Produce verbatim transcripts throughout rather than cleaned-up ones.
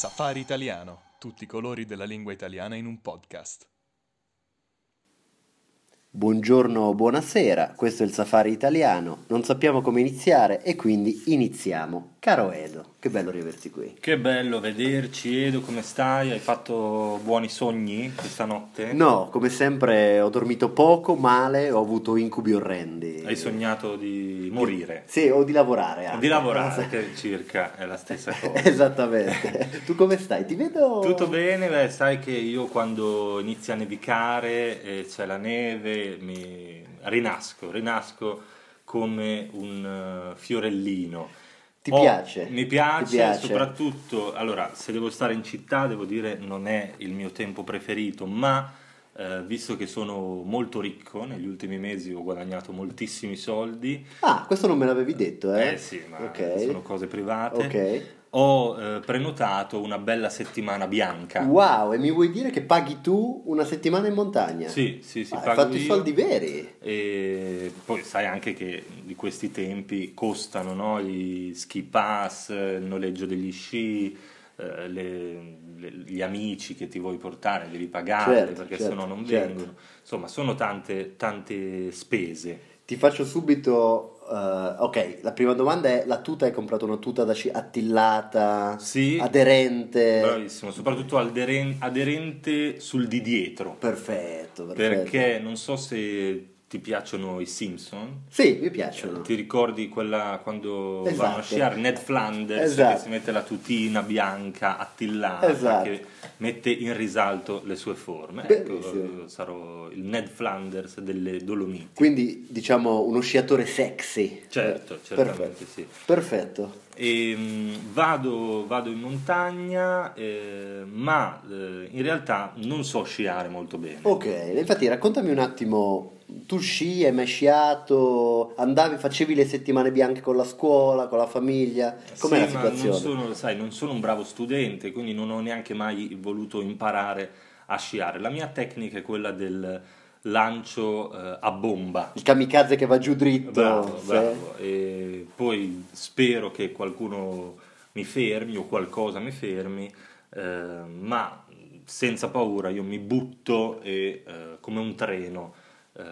Safari Italiano, tutti i colori della lingua italiana in un podcast. Buongiorno, buonasera, questo è il Safari Italiano, non sappiamo come iniziare e quindi iniziamo. Caro Edo, che bello riaverti qui. Che bello vederci, Edo, come stai? Hai fatto buoni sogni questa notte? No, come sempre ho dormito poco, male, ho avuto incubi orrendi. Hai sognato di morire? Sì, o di lavorare anche. Di lavorare, che circa è la stessa cosa. Esattamente. Tu come stai? Ti vedo... Tutto bene, beh, sai che io quando inizia a nevicare e c'è la neve mi rinasco, rinasco come un uh, fiorellino. Ti Oh, piace? Mi piace, Ti piace, soprattutto, allora, se devo stare in città, devo dire, non è il mio tempo preferito, ma eh, visto che sono molto ricco, negli ultimi mesi ho guadagnato moltissimi soldi. Ah, questo non me l'avevi detto, eh? Eh sì, ma okay. sono cose private. Ok. Ho eh, prenotato una bella settimana bianca. Wow, e mi vuoi dire che paghi tu una settimana in montagna? Sì, sì, sì, ah, pago hai fatto io. i soldi veri. E poi sai anche che di questi tempi costano, no? Gli ski pass, il noleggio degli sci, eh, le, le, gli amici che ti vuoi portare, devi pagarli, certo, perché certo, sennò non certo. vengono. Insomma, sono tante, tante spese. Ti faccio subito, uh, ok, la prima domanda è, la tuta, hai comprato una tuta da sci attillata, Sì, aderente? bravissimo, soprattutto aderen- aderente sul di dietro, Perfetto, perfetto. perché non so se ti piacciono i Simpson. Sì, mi piacciono. Ti ricordi quella quando Esatto. vanno a sciare Ned Flanders, Esatto. che si mette la tutina bianca attillata, Esatto. che mette in risalto le sue forme? Bellissimo. Ecco, sarò il Ned Flanders delle Dolomiti. Quindi, diciamo, uno sciatore sexy. Certo, Eh, certamente perfetto. sì. Perfetto. E, mh, vado, vado in montagna, eh, ma eh, in realtà non so sciare molto bene. Ok, infatti raccontami un attimo, tu sci, hai mai sciato, andavi, facevi le settimane bianche con la scuola, con la famiglia, com'è Sì, la situazione? ma non sono, sai, non sono un bravo studente, quindi non ho neanche mai voluto imparare a sciare. La mia tecnica è quella del lancio eh, a bomba. Il kamikaze che va giù dritto. Bravo, sì. bravo. E poi spero che qualcuno mi fermi o qualcosa mi fermi, eh, ma senza paura io mi butto e eh, come un treno eh,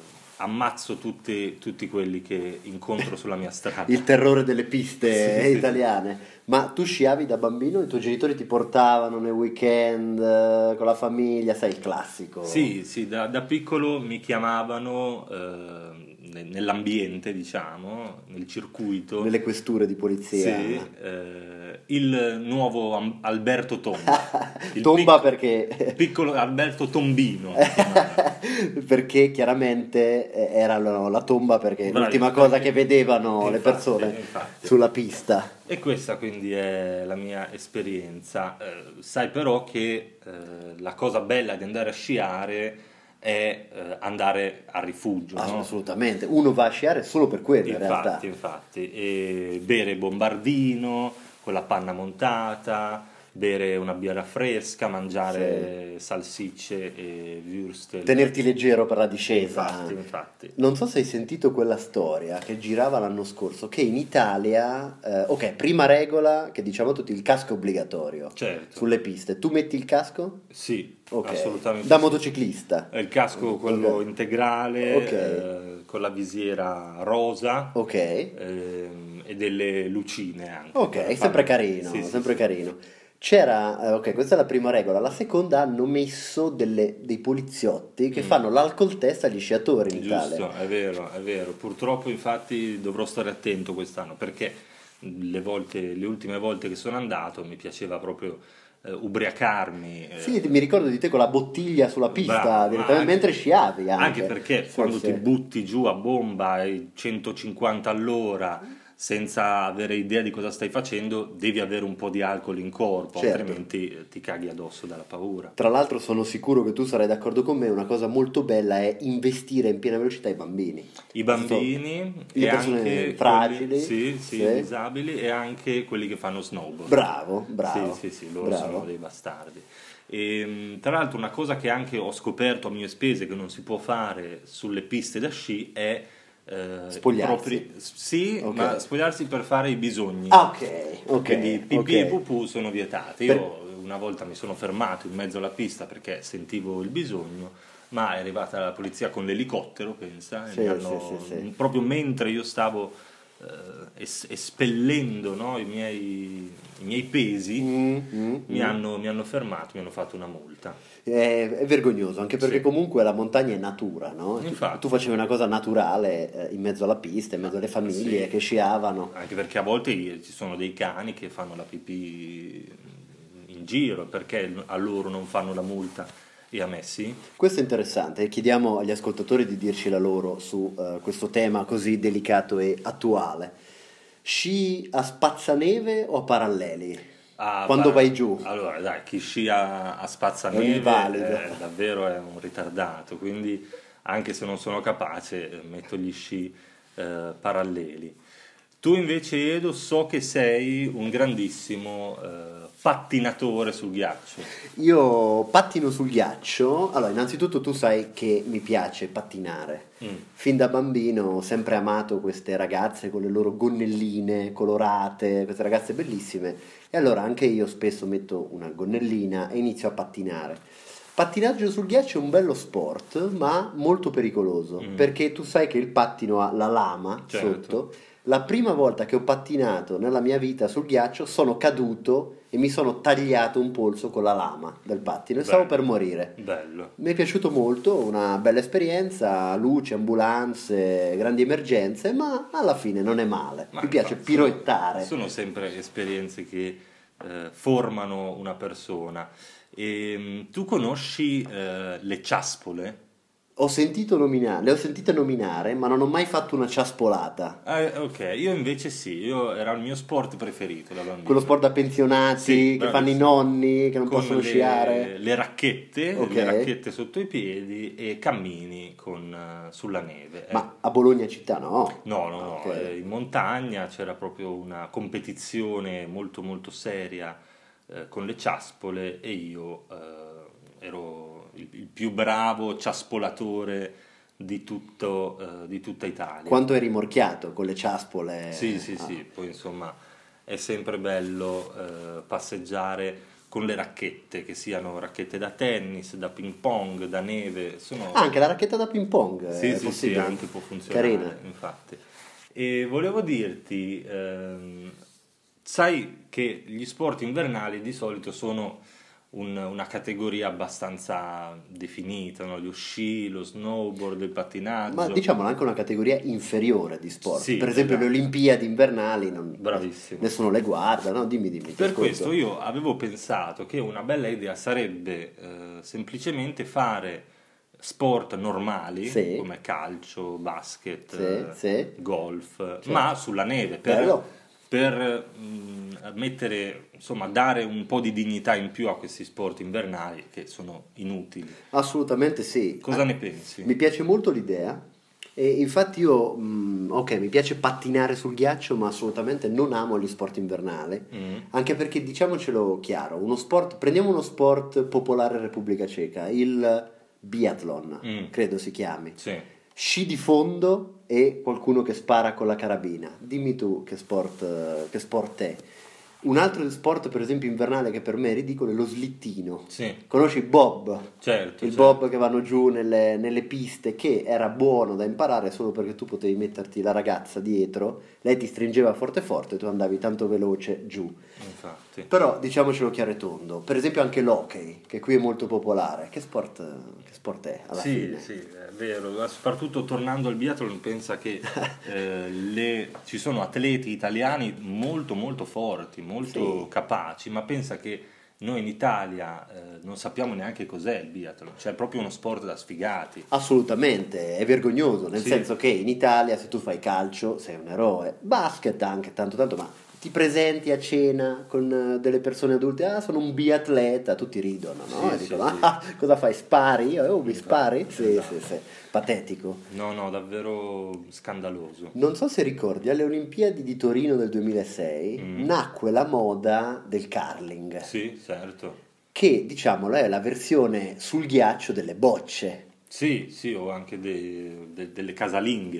ammazzo tutti, tutti quelli che incontro sulla mia strada. Il terrore delle piste Sì, sì, italiane. Ma tu sciavi da bambino? I tuoi genitori ti portavano nei weekend eh, con la famiglia, sai, il classico? Sì, sì, da, da piccolo mi chiamavano eh, ne- nell'ambiente, diciamo, nel circuito. Nelle questure di polizia. Sì, eh, il nuovo Am- Alberto Tomba. Il Tomba pic- perché... Piccolo Alberto Tombino. si chiamava. perché chiaramente eh, era la, la tomba perché Bravi, l'ultima perché- cosa che vedevano le infatti, persone infatti. sulla pista. E questa quindi è la mia esperienza. Eh, sai però che eh, la cosa bella di andare a sciare è eh, andare a rifugio, Ah, no? assolutamente, uno va a sciare solo per quello in realtà. Infatti, infatti, e bere bombardino con la panna montata, bere una birra fresca, mangiare salsicce e würstel. Tenerti leggero per la discesa. Infatti, infatti. Non so se hai sentito quella storia che girava l'anno scorso, che in Italia, eh, ok, prima regola che diciamo a tutti, il casco è obbligatorio Certo. sulle piste. Tu metti il casco? Sì, Ok. assolutamente. Da sì. motociclista? È il casco quello Ok. integrale, Ok. eh, con la visiera rosa, Ok. ehm, e delle lucine anche. Ok, per sempre fare- carino, Sì, sì, sempre sì. carino. C'era, eh, ok, questa è la prima regola. La seconda, hanno messo delle- dei poliziotti che Mm. fanno l'alcol test agli sciatori in Italia. Giusto, è vero, è vero. Purtroppo infatti dovrò stare attento quest'anno perché le volte, le ultime volte che sono andato mi piaceva proprio eh, ubriacarmi. eh, Sì, mi ricordo di te con la bottiglia sulla pista, Bravo, ma direttamente, anche- mentre sciavi anche. Anche perché Sì, quando sì. ti butti giù a bomba ai centocinquanta all'ora senza avere idea di cosa stai facendo, devi avere un po' di alcol in corpo, Certo. altrimenti eh, ti caghi addosso dalla paura. Tra l'altro sono sicuro che tu sarai d'accordo con me, una cosa molto bella è investire in piena velocità i bambini. I bambini Le e persone anche fragili. quelli, sì, sì, Sì. disabili e anche quelli che fanno snowboard. Bravo, bravo. Sì, sì, sì, loro bravo. sono dei bastardi. E, tra l'altro una cosa che anche ho scoperto a mie spese che non si può fare sulle piste da sci è eh, Spogliarsi. i propri- sì, Ok. ma spogliarsi per fare i bisogni. Ah, ok, ok. Quindi pipì ok. e pupù sono vietati. Per- Io una volta mi sono fermato in mezzo alla pista perché sentivo il bisogno, ma è arrivata la polizia con l'elicottero, pensa, e Sì, mi hanno, sì, sì, sì. proprio mentre io stavo eh, es- espellendo, no, i miei, i miei pesi, Mm, mm, mi, mm. hanno, mi hanno fermato, mi hanno fatto una multa. È, è vergognoso, anche perché Sì. comunque la montagna è natura, no? Tu, Infatti. tu facevi una cosa naturale eh, in mezzo alla pista, in mezzo alle famiglie Sì. che sciavano. Anche perché a volte ci sono dei cani che fanno la pipì in giro, perché a loro non fanno la multa e a me sì? Questo è interessante e chiediamo agli ascoltatori di dirci la loro su eh, questo tema così delicato e attuale. Sci a spazzaneve o a paralleli? Ah, Quando para- vai giù? Allora, dai, chi scia a È un spazzaneve invalido. è davvero è un ritardato, quindi anche se non sono capace eh, metto gli sci eh, paralleli. Tu invece, Edo, so che sei un grandissimo eh, pattinatore sul ghiaccio. Io pattino sul ghiaccio. Allora, innanzitutto tu sai che mi piace pattinare. Mm. Fin da bambino ho sempre amato queste ragazze con le loro gonnelline colorate, queste ragazze bellissime. E allora anche io spesso metto una gonnellina e inizio a pattinare. Pattinaggio sul ghiaccio è un bello sport, ma molto pericoloso, Mm. perché tu sai che il pattino ha la lama Certo. sotto. La prima volta che ho pattinato nella mia vita sul ghiaccio sono caduto e mi sono tagliato un polso con la lama del pattino e stavo Bello. per morire. Bello. Mi è piaciuto molto, una bella esperienza, luci, ambulanze, grandi emergenze, ma alla fine non è male. Ma Mi piace infatti, piroettare. Sono, sono sempre esperienze che eh, formano una persona. E, mh, tu conosci eh, le ciaspole? Ho sentito nominare, le ho sentite nominare, ma non ho mai fatto una ciaspolata. Ah, ok, io invece sì, io, era il mio sport preferito da bambino. Quello sport da pensionati Sì, che fanno i bravissimo. nonni, che non Con possono le, sciare. le racchette, Ok. le racchette sotto i piedi e cammini con, eh, sulla neve. Eh, Ma a Bologna città no? No, no, no, Ok. eh, in montagna c'era proprio una competizione molto molto seria eh, con le ciaspole e io eh, ero il, il più bravo ciaspolatore di, tutto, eh, di tutta Italia. Quanto è rimorchiato con le ciaspole? Sì, sì, Ah. sì, poi insomma è sempre bello eh, passeggiare con le racchette, che siano racchette da tennis, da ping pong, da neve, sono... Ah, anche la racchetta da ping pong Sì, è sì, sì, possibile? anche può funzionare, Carina. infatti. E volevo dirti, ehm, sai che gli sport invernali di solito sono un- una categoria abbastanza definita, no? Lo sci, lo snowboard, il pattinaggio. Ma diciamolo anche una categoria inferiore di sport. Sì, per esempio esatto. le Olimpiadi invernali non- Bravissimo. nessuno le guarda, no? Dimmi, dimmi. ti Per ascolto. questo io avevo pensato che una bella idea sarebbe eh, semplicemente fare sport normali Sì. come calcio, basket, Sì, eh, sì. golf, Certo. ma sulla neve per, Bello. per mh, mettere, insomma, dare un po' di dignità in più a questi sport invernali che sono inutili. Assolutamente sì. Cosa Ah, ne pensi? Mi piace molto l'idea e infatti io, mh, ok, mi piace pattinare sul ghiaccio, ma assolutamente non amo gli sport invernali, Mm. anche perché diciamocelo chiaro, uno sport, prendiamo uno sport popolare in Repubblica Ceca, il biathlon, Mm. credo si chiami. Sì. Sci di fondo e qualcuno che spara con la carabina. Dimmi tu che sport, eh, che sport è. Un altro sport, per esempio, invernale che per me è ridicolo è lo slittino. Sì, Conosci il bob? certo. Il certo. bob che vanno giù nelle, nelle piste, che era buono da imparare solo perché tu potevi metterti la ragazza dietro, lei ti stringeva forte forte e tu andavi tanto veloce giù. Infatti. Però diciamocelo chiaro e tondo, per esempio anche l'hockey, che qui è molto popolare, che sport, che sport è alla Sì, fine? sì, è vero, soprattutto tornando al biathlon pensa che eh, le- ci sono atleti italiani molto molto forti, molto Sì. capaci, ma pensa che noi in Italia eh, non sappiamo neanche cos'è il biathlon, cioè è proprio uno sport da sfigati. Assolutamente, è vergognoso, nel Sì. senso che in Italia se tu fai calcio sei un eroe, basket anche tanto tanto, ma ti presenti a cena con eh, delle persone adulte, ah sono un biatleta, tutti ridono, no? Sì, E sì, dicono, sì. ah sì. Cosa fai, spari? Io, oh, mi Esatto, spari? Sì, esatto. sì, sì, patetico. No, no, davvero scandaloso. Non so se ricordi, alle Olimpiadi di Torino del duemilasei Mm. nacque la moda del curling, Sì, certo. che diciamolo è la versione sul ghiaccio delle bocce. Sì, sì, o anche de- de- delle casalinghe.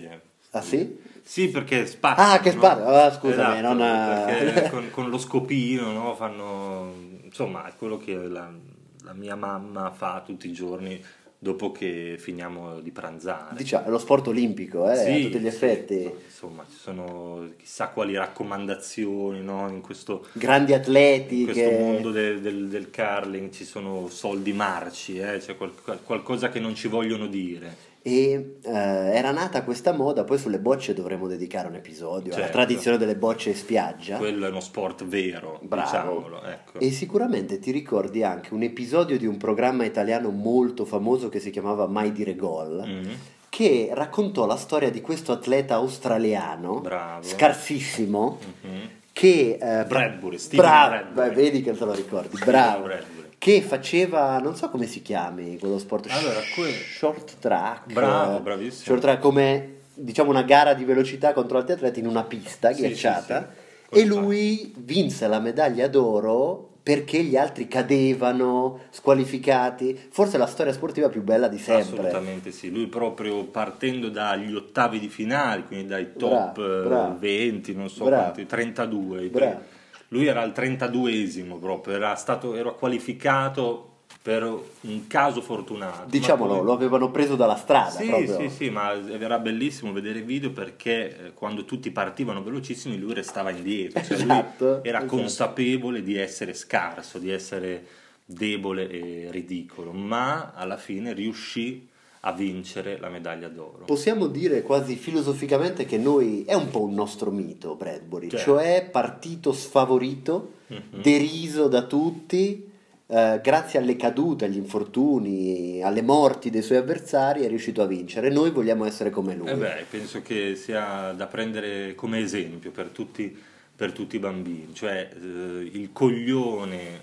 Ah sì? Sì, perché spaccano. Ah, che no? spacca, ah, scusami, Esatto, non... perché con, con lo scopino, no? Fanno, insomma, è quello che la, la mia mamma fa tutti i giorni dopo che finiamo di pranzare. Diciamo, è lo sport olimpico, eh, Sì, a tutti gli sì, effetti. insomma, ci sono chissà quali raccomandazioni, no? In questo, Grandi atleti in questo che... mondo del, del, del curling ci sono soldi marci, eh? C'è qual- qualcosa che non ci vogliono dire. E eh, era nata questa moda, poi sulle bocce dovremmo dedicare un episodio, alla Certo. tradizione delle bocce in spiaggia. Quello è uno sport vero, Bravo. diciamolo. Ecco. E sicuramente ti ricordi anche un episodio di un programma italiano molto famoso che si chiamava Mai dire gol, Mm. che raccontò la storia di questo atleta australiano, Bravo. scarsissimo, Mhm. che... eh, Bradbury, Steven bravo, Bradbury. beh, vedi che te lo ricordi, Steven bravo. Bradbury. Che faceva, non so come si chiami quello sport, Allora, que- short track. Bravo, eh, bravissimo. Short track come diciamo una gara di velocità contro altri atleti in una pista Sì, ghiacciata. sì, sì. E lui vinse la medaglia d'oro perché gli altri cadevano, squalificati. Forse la storia sportiva più bella di sempre. Assolutamente sì, lui proprio partendo dagli ottavi di finale, quindi dai top Bravo, eh, bravo. venti, non so Bravo. quanti, trentadue. i Bravo. tre- Lui era al trentaduesimo proprio, era stato era qualificato per un caso fortunato. Diciamolo, Ma poi- lo avevano preso dalla strada Sì, proprio. sì, sì, ma era bellissimo vedere il video perché eh, quando tutti partivano velocissimi lui restava indietro, cioè Esatto, lui era esatto. consapevole di essere scarso, di essere debole e ridicolo, ma alla fine riuscì a vincere la medaglia d'oro. Possiamo dire quasi filosoficamente che noi è un po' un nostro mito Bradbury, Certo. cioè partito sfavorito, Mhm. deriso da tutti, eh, grazie alle cadute, agli infortuni, alle morti dei suoi avversari è riuscito a vincere. Noi vogliamo essere come lui. Eh beh, penso che sia da prendere come esempio per tutti, per tutti i bambini, cioè eh, il coglione eh,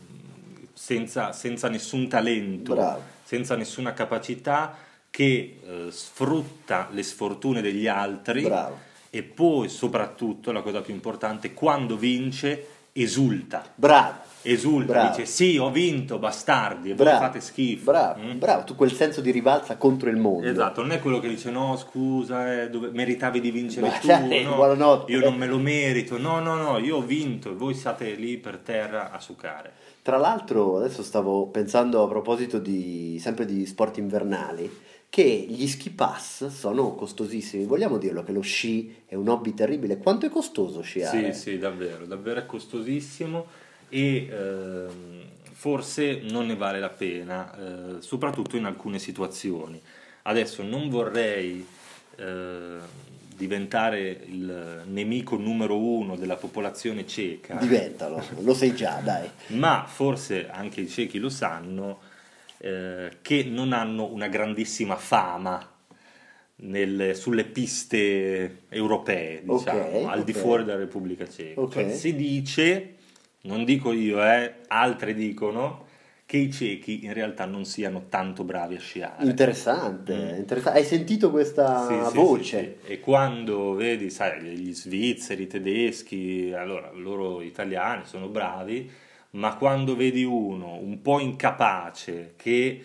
senza, senza nessun talento, Bravo. senza nessuna capacità, che eh, sfrutta le sfortune degli altri Bravo. e poi soprattutto, la cosa più importante, quando vince esulta. Bravo. Esulta, Bravo. dice sì, ho vinto, bastardi, e voi Bravo. fate schifo. Bravo, Mm? bravo, tu quel senso di rivalsa contro il mondo. Esatto, non è quello che dice no scusa, eh, dove- meritavi di vincere Ma tu, dai, no, buonanotte. io non me lo merito, no no no, io ho vinto e voi state lì per terra a succare. Tra l'altro, adesso stavo pensando a proposito di sempre di sport invernali, che gli ski pass sono costosissimi. Vogliamo dirlo che lo sci è un hobby terribile. Quanto è costoso sciare? Sì, sì, davvero, davvero è costosissimo e ehm, forse non ne vale la pena, eh, soprattutto in alcune situazioni. Adesso non vorrei eh, diventare il nemico numero uno della popolazione ceca, Diventalo, lo sei già, dai. ma forse anche i cechi lo sanno eh, che non hanno una grandissima fama nelle- sulle piste europee, diciamo, Ok, al di ok. fuori della Repubblica Ceca. Ok. Cioè, si dice, non dico io, eh, altri dicono che i cechi in realtà non siano tanto bravi a sciare. Interessante, Mm. interessante. Hai sentito questa Sì, sì, voce? sì, sì. E quando vedi, sai, gli svizzeri, i tedeschi, allora loro italiani sono bravi, ma quando vedi uno un po' incapace che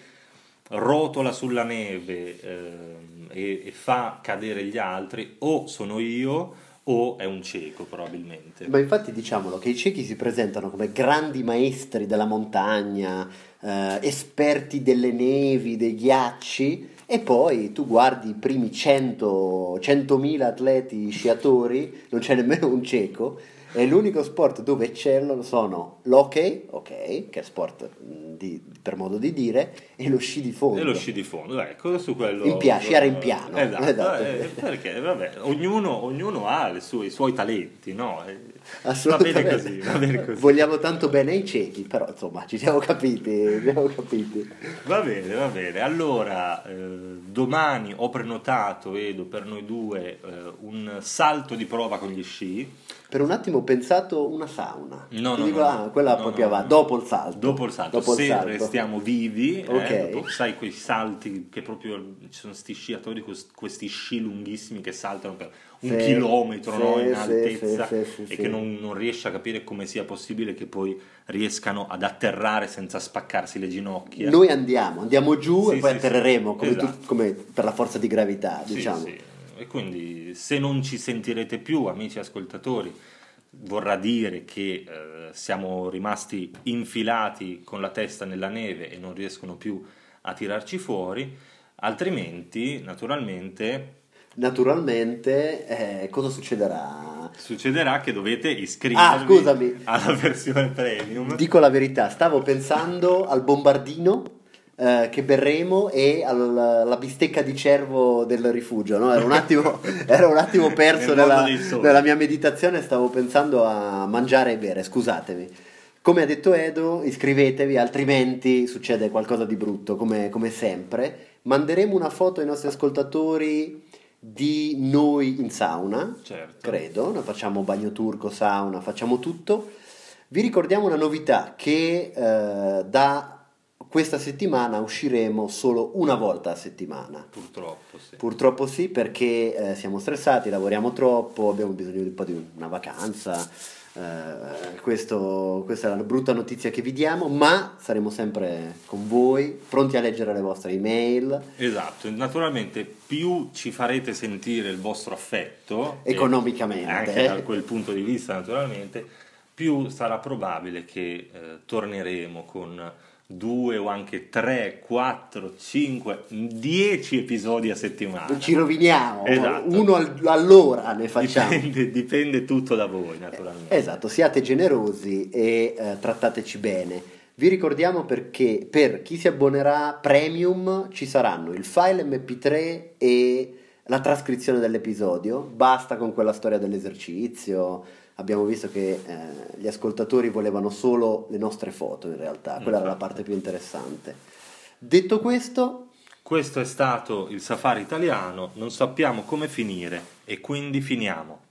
rotola sulla neve ehm, e, e fa cadere gli altri, o sono io o è un cieco probabilmente. Ma infatti diciamolo che i cechi si presentano come grandi maestri della montagna, eh, esperti delle nevi, dei ghiacci, e poi tu guardi i primi cento, centomila atleti sciatori, non c'è nemmeno un cieco, e l'unico sport dove eccellono sono l'hockey, ok, che è sport mh, di- per modo di dire, e lo sci di fondo. E lo sci di fondo, ecco, su quello... In pia- sciare in piano. Esatto, Esatto. eh, perché, vabbè, ognuno, ognuno ha le sue- i suoi talenti, no? Eh, Va Assolutamente. bene così, va bene così. Vogliamo tanto bene ai ciechi, però insomma ci siamo capiti, ci siamo capiti. Va bene, va bene. Allora, eh, domani ho prenotato, vedo, per noi due eh, un salto di prova con gli sci. Per un attimo ho pensato una sauna. No, Ti no, dico, no, ah, no. quella No, poi no, più avanti, no. dopo il salto. Dopo il salto, Dopo il se salto. restiamo vivi, eh, Ok. dopo, sai quei salti che proprio ci sono sti sciatori con questi sci lunghissimi che saltano per un Sì, chilometro, no, sì, in sì, altezza, sì, sì, sì, e sì. che non, non riesce a capire come sia possibile che poi riescano ad atterrare senza spaccarsi le ginocchia. Noi andiamo, andiamo giù Sì, e poi sì, atterreremo sì. come, tu- Esatto. come per la forza di gravità, Sì, diciamo. sì. e quindi se non ci sentirete più, amici ascoltatori, vorrà dire che eh, siamo rimasti infilati con la testa nella neve e non riescono più a tirarci fuori, altrimenti naturalmente naturalmente eh, cosa succederà? Succederà che dovete iscrivervi Ah, scusami. alla versione premium. Dico la verità, stavo pensando al bombardino eh, che berremo e alla, alla bistecca di cervo del rifugio, no? Ero un attimo, ero un attimo perso Nel mondo nella, dei sogni. nella mia meditazione, stavo pensando a mangiare e bere, scusatemi. Come ha detto Edo, iscrivetevi, altrimenti succede qualcosa di brutto, come, come sempre. Manderemo una foto ai nostri ascoltatori di noi in sauna, Certo. credo, noi facciamo bagno turco, sauna, facciamo tutto. Vi ricordiamo una novità, che eh, da questa settimana usciremo solo una volta a settimana. Purtroppo sì. Purtroppo sì, perché eh, siamo stressati, lavoriamo troppo, abbiamo bisogno di un po' di una vacanza. Eh, questo, questa è la brutta notizia che vi diamo, ma saremo sempre con voi, pronti a leggere le vostre email. Esatto, naturalmente più ci farete sentire il vostro affetto, Economicamente. e anche da quel punto di vista naturalmente, più sarà probabile che eh, torneremo con due o anche tre, quattro, cinque, dieci episodi a settimana. Ci roviniamo, Esatto. uno al- all'ora ne facciamo. Dipende, dipende tutto da voi naturalmente. Esatto, siate generosi e eh, trattateci bene. Vi ricordiamo perché per chi si abbonerà premium ci saranno il file emme pi tre e la trascrizione dell'episodio. Basta con quella storia dell'esercizio. Abbiamo visto che eh, gli ascoltatori volevano solo le nostre foto, in realtà quella era la parte più interessante. Detto questo, Questo è stato il Safari Italiano, non sappiamo come finire e quindi finiamo.